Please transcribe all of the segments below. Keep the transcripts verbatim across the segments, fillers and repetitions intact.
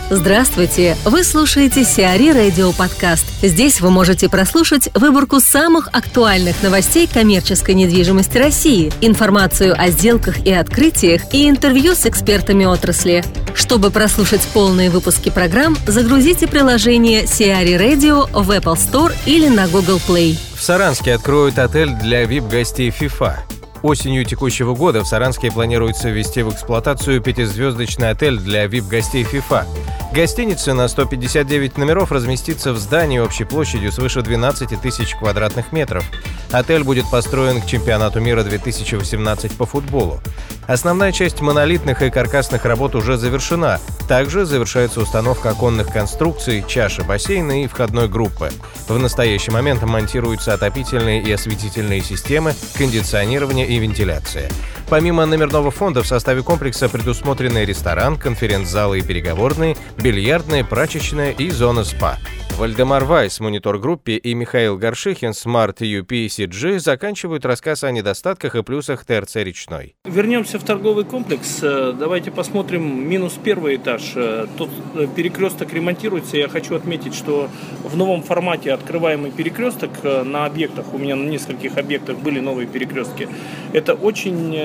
Здравствуйте! Вы слушаете Сиари Радио Подкаст. Здесь вы можете прослушать выборку самых актуальных новостей коммерческой недвижимости России, информацию о сделках и открытиях и интервью с экспертами отрасли. Чтобы прослушать полные выпуски программ, загрузите приложение Сиари Radio в Apple Store или на Google Play. В Саранске откроют отель для ви ай пи-гостей FIFA. Осенью текущего года в Саранске планируется ввести в эксплуатацию пятизвездочный отель для ви ай пи-гостей FIFA. Гостиница на сто пятьдесят девять номеров разместится в здании общей площадью свыше двенадцать тысяч квадратных метров. Отель будет построен к чемпионату мира две тысячи восемнадцать по футболу. Основная часть монолитных и каркасных работ уже завершена. Также завершается установка оконных конструкций, чаши бассейна и входной группы. В настоящий момент монтируются отопительные и осветительные системы, кондиционирование и вентиляция. Помимо номерного фонда в составе комплекса предусмотрены ресторан, конференц-залы и переговорные, бильярдная, прачечная и зона спа. Вальдемар Вайс, монитор-группе, и Михаил Горшихин, Smart ю пи си джи, заканчивают рассказ о недостатках и плюсах ТРЦ «Речной». Вернемся в торговый комплекс. Давайте посмотрим минус первый этаж. Тут перекресток ремонтируется. Я хочу отметить, что в новом формате открываемый перекресток на объектах, у меня на нескольких объектах были новые перекрестки, это очень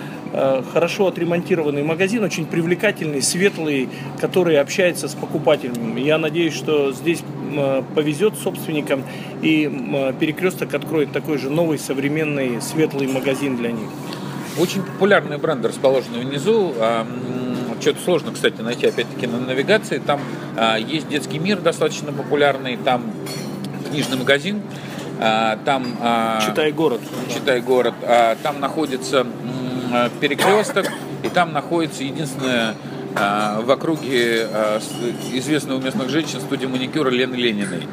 хорошо отремонтированный магазин, очень привлекательный, светлый, который общается с покупателем. Я надеюсь, что здесь повезет собственникам, и перекресток откроет такой же новый, современный, светлый магазин для них. Очень популярные бренды расположены внизу. Что-то сложно, кстати, найти, опять-таки, на навигации. Там есть детский мир достаточно популярный, там книжный магазин, там... Читай город. Читай город. Там находится перекресток, и там находится единственная в округе известная у местных женщин студия маникюра Лены Лениной.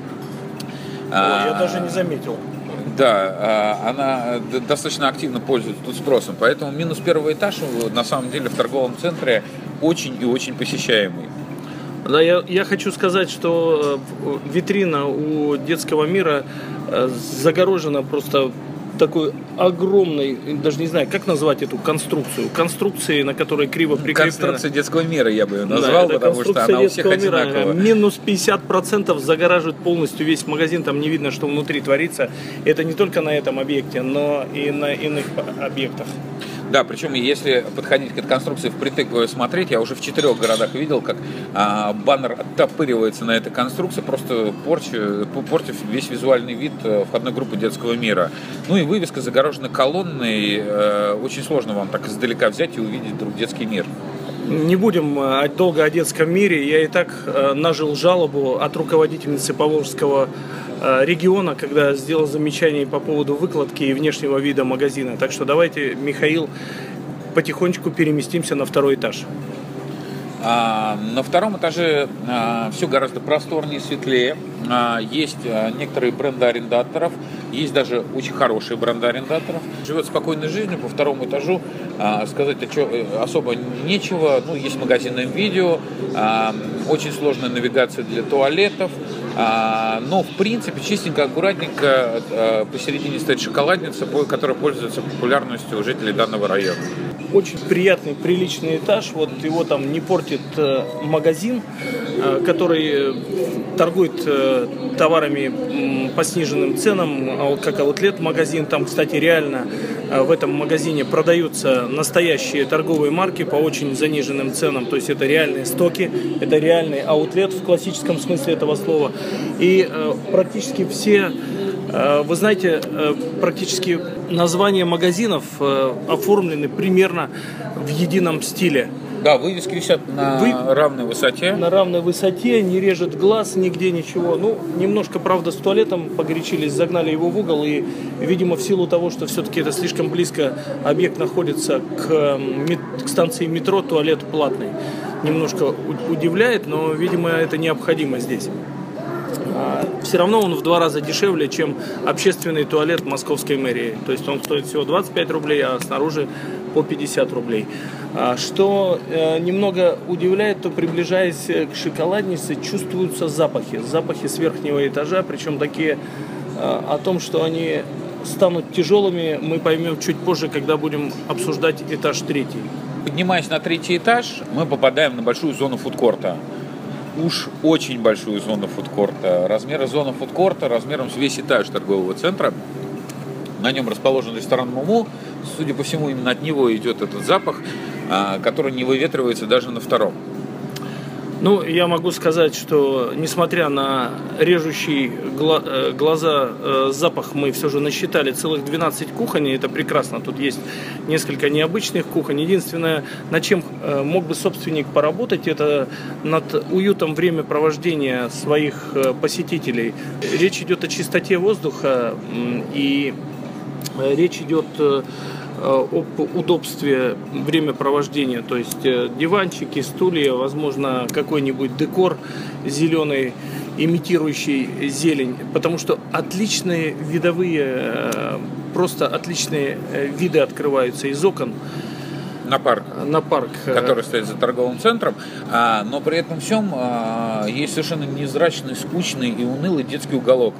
О, я даже не заметил. Да, она достаточно активно пользуется тут спросом, поэтому минус первый этаж на самом деле в торговом центре очень и очень посещаемый. Да, я, я хочу сказать, что витрина у детского мира загорожена просто такой огромной, даже не знаю, как назвать эту конструкцию, конструкции, на которой криво прикреплена. Конструкция детского мира, я бы ее назвал, да, потому что она у всех одинаковая. Минус пятьдесят процентов загораживает полностью весь магазин, там не видно, что внутри творится. Это не только на этом объекте, но и на иных объектах. Да, причем если подходить к этой конструкции впритык смотреть, я уже в четырех городах видел, как а, баннер оттопыривается на этой конструкции, просто порчу, портив весь визуальный вид входной группы детского мира. Ну и вывеска загорожена колонной, э, очень сложно вам так издалека взять и увидеть вдруг детский мир. Не будем долго о детском мире. Я и так э, нажил жалобу от руководительницы Поволжского э, региона, когда сделал замечание по поводу выкладки и внешнего вида магазина. Так что давайте, Михаил, потихонечку переместимся на второй этаж. А, на втором этаже а, все гораздо просторнее, светлее. А, есть а, некоторые бренды арендаторов, есть даже очень хорошие бренды арендаторов. Живет спокойной жизнью. По второму этажу а, сказать особо нечего. Ну, есть магазин МВидео, а, очень сложная навигация для туалетов. А, но, в принципе, чистенько, аккуратненько а, посередине стоит шоколадница, которая пользуется популярностью у жителей данного района. Очень приятный, приличный этаж. Вот его там не портит э, магазин, э, который э, торгует э, товарами э, по сниженным ценам, а, как аутлет-магазин. Там, кстати, реально э, в этом магазине продаются настоящие торговые марки по очень заниженным ценам. То есть это реальные стоки, это реальный аутлет в классическом смысле этого слова. И э, практически все... Вы знаете, практически названия магазинов оформлены примерно в едином стиле. Да, вывески висят на Вы... равной высоте. На равной высоте, не режет глаз, нигде ничего. Ну, немножко, правда, с туалетом погорячились, загнали его в угол. И, видимо, в силу того, что все-таки это слишком близко, объект находится к, к станции метро, туалет платный. Немножко удивляет, но, видимо, это необходимо здесь. Все равно он в два раза дешевле, чем общественный туалет московской мэрии. То есть он стоит всего двадцать пять рублей, а снаружи по пятьдесят рублей. Что немного удивляет, то приближаясь к шоколаднице, чувствуются запахи. Запахи с верхнего этажа, причем такие о том, что они станут тяжелыми, мы поймем чуть позже, когда будем обсуждать этаж третий. Поднимаясь на третий этаж, мы попадаем на большую зону фудкорта. уж очень большую зону фудкорта. Размеры зоны фудкорта размером с весь этаж торгового центра. На нем расположен ресторан «Муму». Судя по всему, именно от него идет этот запах, который не выветривается даже на втором. Ну, я могу сказать, что несмотря на режущий гла- глаза э, запах, мы все же насчитали целых двенадцать кухонь, и это прекрасно. Тут есть несколько необычных кухонь. Единственное, над чем э, мог бы собственник поработать, это над уютом времяпровождения своих э, посетителей. Речь идет о чистоте воздуха, э, и э, речь идет... Э, об удобстве времяпровождения, то есть диванчики, стулья, возможно, какой-нибудь декор зеленый, имитирующий зелень, потому что отличные видовые, просто отличные виды открываются из окон. На парк, на парк, который стоит за торговым центром, но при этом всем есть совершенно невзрачный, скучный и унылый детский уголок,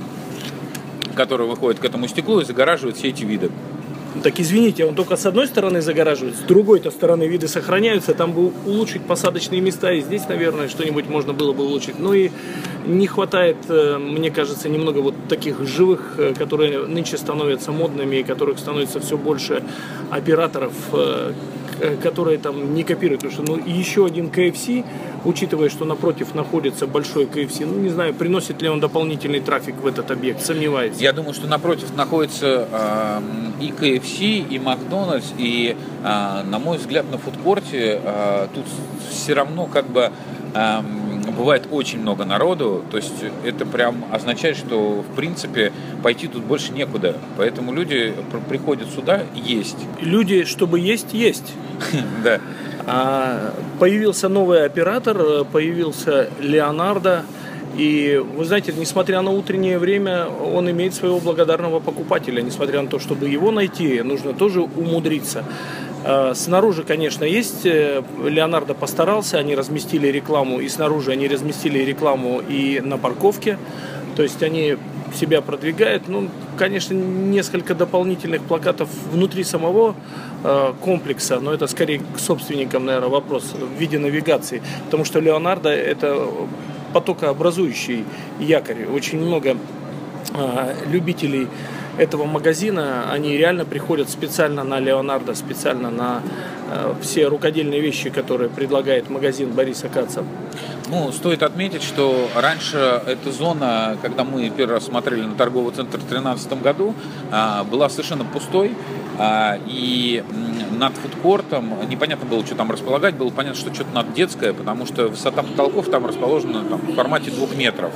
который выходит к этому стеклу и загораживает все эти виды. Так извините, он только с одной стороны загораживает, с другой-то стороны виды сохраняются, там бы улучшить посадочные места, и здесь, наверное, что-нибудь можно было бы улучшить. Ну и не хватает, мне кажется, немного вот таких живых, которые нынче становятся модными, и которых становится все больше операторов, которые там не копируют. Потому что ну, еще один ка эф си, учитывая, что напротив находится большой ка эф си, ну не знаю, приносит ли он дополнительный трафик в этот объект, сомневаюсь. Я думаю, что напротив находится э, и ка эф си, и Макдональдс, и, э, на мой взгляд, на фудкорте э, тут все равно как бы э, бывает очень много народу, то есть это прям означает, что в принципе пойти тут больше некуда, поэтому люди приходят сюда есть. Люди, чтобы есть, есть. Да. Появился новый оператор, появился Леонардо. И вы знаете, несмотря на утреннее время, он имеет своего благодарного покупателя. Несмотря на то, чтобы его найти, нужно тоже умудриться. Снаружи, конечно, есть. Леонардо постарался, они разместили рекламу и снаружи, они разместили рекламу и на парковке. То есть они себя продвигают. Ну, конечно, несколько дополнительных плакатов внутри самого э, комплекса, но это скорее к собственникам, наверное, вопрос в виде навигации. Потому что Леонардо – это потокообразующий якорь. Очень много э, любителей этого магазина, они реально приходят специально на Леонардо, специально на э, все рукодельные вещи, которые предлагает магазин Бориса Каца. Ну, стоит отметить, что раньше эта зона, когда мы первый раз смотрели на торговый центр в две тысячи тринадцатом году, была совершенно пустой, и над фудкортом непонятно было, что там располагать, было понятно, что что-то надо детское, потому что высота потолков там расположена там, в формате двух метров.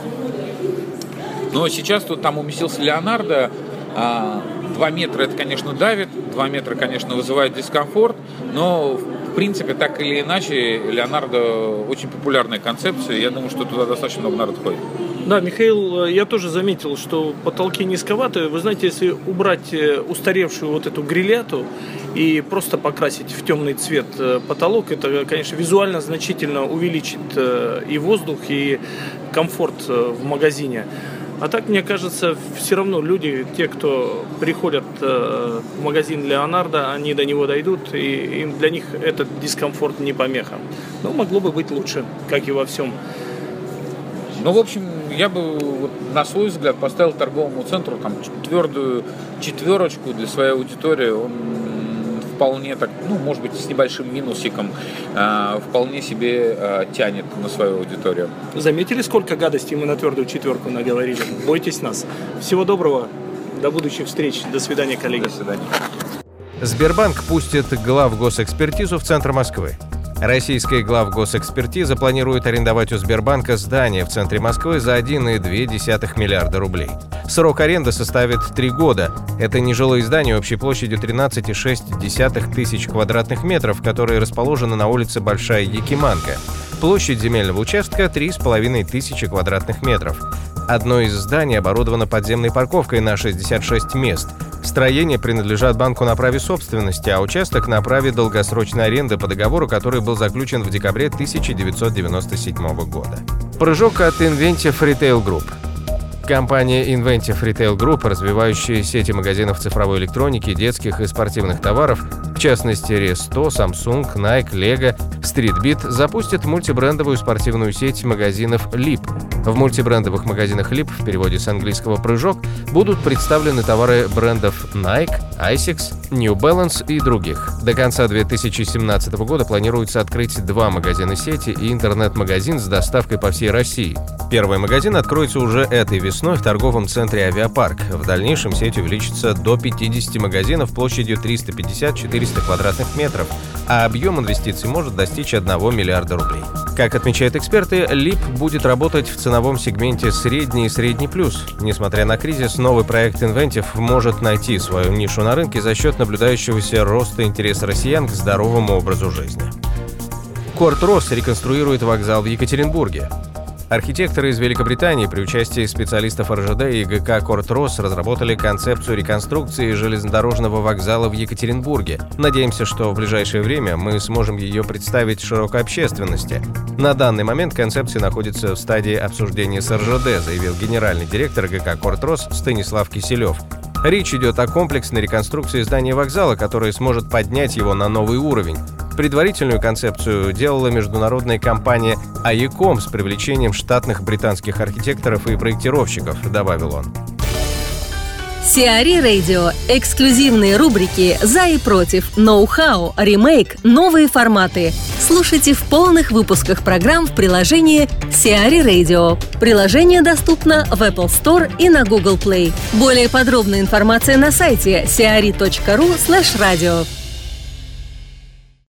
Но сейчас тут там уместился Леонардо. Два метра это, конечно, давит, два метра, конечно, вызывает дискомфорт, но в принципе, так или иначе, Леонардо очень популярная концепция, я думаю, что туда достаточно много народу ходит. Да, Михаил, я тоже заметил, что потолки низковатые. Вы знаете, если убрать устаревшую вот эту гриляту и просто покрасить в темный цвет потолок, это, конечно, визуально значительно увеличит и воздух, и комфорт в магазине. А так, мне кажется, все равно люди, те, кто приходят в магазин Леонардо, они до него дойдут, и им, для них этот дискомфорт не помеха. Но могло бы быть лучше, как и во всем. Ну, в общем, я бы, вот, на свой взгляд, поставил торговому центру там твердую четверочку для своей аудитории. Он вполне так, ну, может быть, с небольшим минусиком, э, вполне себе э, тянет на свою аудиторию. Заметили, сколько гадостей мы на твердую четверку наговорили? Бойтесь нас. Всего доброго. До будущих встреч. До свидания, коллеги. До свидания. Сбербанк пустит главгосэкспертизу в центр Москвы. Российская главгосэкспертиза планирует арендовать у Сбербанка здание в центре Москвы за один целых две десятых миллиарда рублей. Срок аренды составит три года. Это нежилые здания общей площадью тринадцать целых шесть десятых тысяч квадратных метров, которые расположены на улице Большая Якиманка. Площадь земельного участка – три с половиной тысячи квадратных метров. Одно из зданий оборудовано подземной парковкой на шестьдесят шесть мест. Строения принадлежат банку на праве собственности, а участок на праве долгосрочной аренды по договору, который был заключен в декабре тысяча девятьсот девяносто седьмого года. Прыжок от Inventive Retail Group. Компания Inventive Retail Group, развивающая сети магазинов цифровой электроники, детских и спортивных товаров, В частности, Ресто, Samsung, Nike, Lego, Streetbeat запустят мультибрендовую спортивную сеть магазинов Leap. В мультибрендовых магазинах Leap, в переводе с английского «прыжок», будут представлены товары брендов Nike, Asics, New Balance и других. До конца две тысячи семнадцатого года планируется открыть два магазина сети и интернет-магазин с доставкой по всей России. Первый магазин откроется уже этой весной в торговом центре «Авиапарк». В дальнейшем сеть увеличится до пятидесяти магазинов площадью триста пятьдесят - четыреста квадратных метров, а объем инвестиций может достичь одного миллиарда рублей. Как отмечают эксперты, Leap будет работать в ценовом сегменте средний и средний плюс. Несмотря на кризис, новый проект Inventive может найти свою нишу на рынке за счет наблюдающегося роста интереса россиян к здоровому образу жизни. Корт-Росс реконструирует вокзал в Екатеринбурге. Архитекторы из Великобритании при участии специалистов эр жэ дэ и гэ ка «Корт-Росс» разработали концепцию реконструкции железнодорожного вокзала в Екатеринбурге. Надеемся, что в ближайшее время мы сможем ее представить широкой общественности. На данный момент концепция находится в стадии обсуждения с эр жэ дэ, заявил генеральный директор гэ ка «Корт-Росс» Станислав Киселев. Речь идет о комплексной реконструкции здания вокзала, которая сможет поднять его на новый уровень. Предварительную концепцию делала международная компания ай и ком с привлечением штатных британских архитекторов и проектировщиков, добавил он. Сиари Radio. Эксклюзивные рубрики «За и против», «Ноу-хау», «Ремейк», «Новые форматы». Слушайте в полных выпусках программ в приложении Сиари Radio. Приложение доступно в Apple Store и на Google Play. Более подробная информация на сайте сиари точка ру слэш радио.